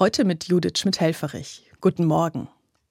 Heute mit Judith Schmidt-Helfferich. Guten Morgen.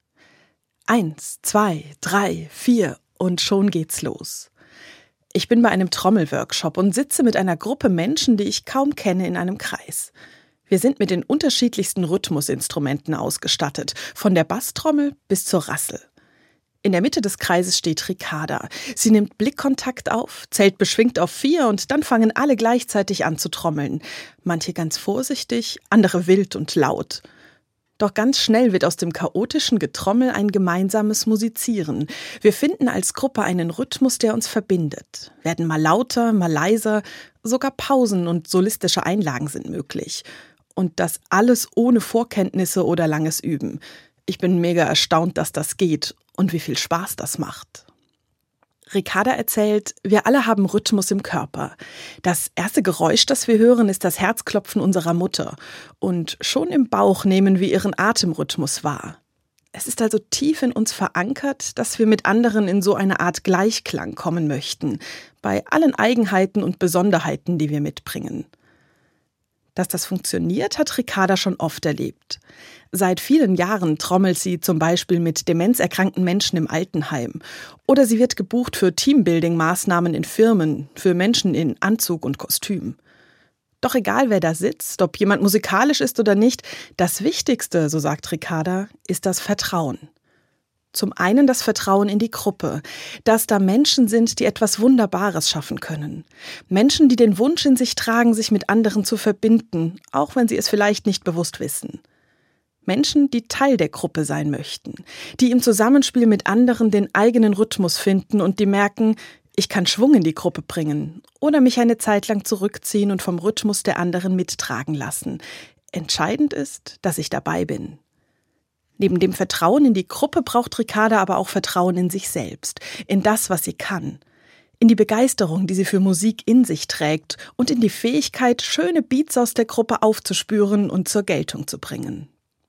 1, 2, 3, 4 und schon geht's los. Ich bin bei einem Trommelworkshop und sitze mit einer Gruppe Menschen, die ich kaum kenne, in einem Kreis. Wir sind mit den unterschiedlichsten Rhythmusinstrumenten ausgestattet, von der Basstrommel bis zur Rassel. In der Mitte des Kreises steht Ricarda. Sie nimmt Blickkontakt auf, zählt beschwingt auf 4 und dann fangen alle gleichzeitig an zu trommeln. Manche ganz vorsichtig, andere wild und laut. Doch ganz schnell wird aus dem chaotischen Getrommel ein gemeinsames Musizieren. Wir finden als Gruppe einen Rhythmus, der uns verbindet. Werden mal lauter, mal leiser, sogar Pausen und solistische Einlagen sind möglich. Und das alles ohne Vorkenntnisse oder langes Üben. Ich bin mega erstaunt, dass das geht und wie viel Spaß das macht. Ricarda erzählt, wir alle haben Rhythmus im Körper. Das erste Geräusch, das wir hören, ist das Herzklopfen unserer Mutter. Und schon im Bauch nehmen wir ihren Atemrhythmus wahr. Es ist also tief in uns verankert, dass wir mit anderen in so eine Art Gleichklang kommen möchten, bei allen Eigenheiten und Besonderheiten, die wir mitbringen. Dass das funktioniert, hat Ricarda schon oft erlebt. Seit vielen Jahren trommelt sie zum Beispiel mit demenzerkrankten Menschen im Altenheim. Oder sie wird gebucht für Teambuilding-Maßnahmen in Firmen, für Menschen in Anzug und Kostüm. Doch egal, wer da sitzt, ob jemand musikalisch ist oder nicht, das Wichtigste, so sagt Ricarda, ist das Vertrauen. Zum einen das Vertrauen in die Gruppe, dass da Menschen sind, die etwas Wunderbares schaffen können. Menschen, die den Wunsch in sich tragen, sich mit anderen zu verbinden, auch wenn sie es vielleicht nicht bewusst wissen. Menschen, die Teil der Gruppe sein möchten, die im Zusammenspiel mit anderen den eigenen Rhythmus finden und die merken, ich kann Schwung in die Gruppe bringen oder mich eine Zeit lang zurückziehen und vom Rhythmus der anderen mittragen lassen. Entscheidend ist, dass ich dabei bin. Neben dem Vertrauen in die Gruppe braucht Ricarda aber auch Vertrauen in sich selbst, in das, was sie kann, in die Begeisterung, die sie für Musik in sich trägt und in die Fähigkeit, schöne Beats aus der Gruppe aufzuspüren und zur Geltung zu bringen.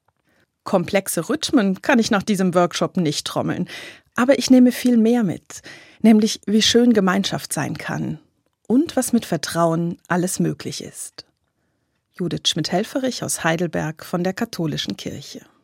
Komplexe Rhythmen kann ich nach diesem Workshop nicht trommeln, aber ich nehme viel mehr mit, nämlich wie schön Gemeinschaft sein kann und was mit Vertrauen alles möglich ist. Judith Schmidt-Helfferich aus Heidelberg von der Katholischen Kirche.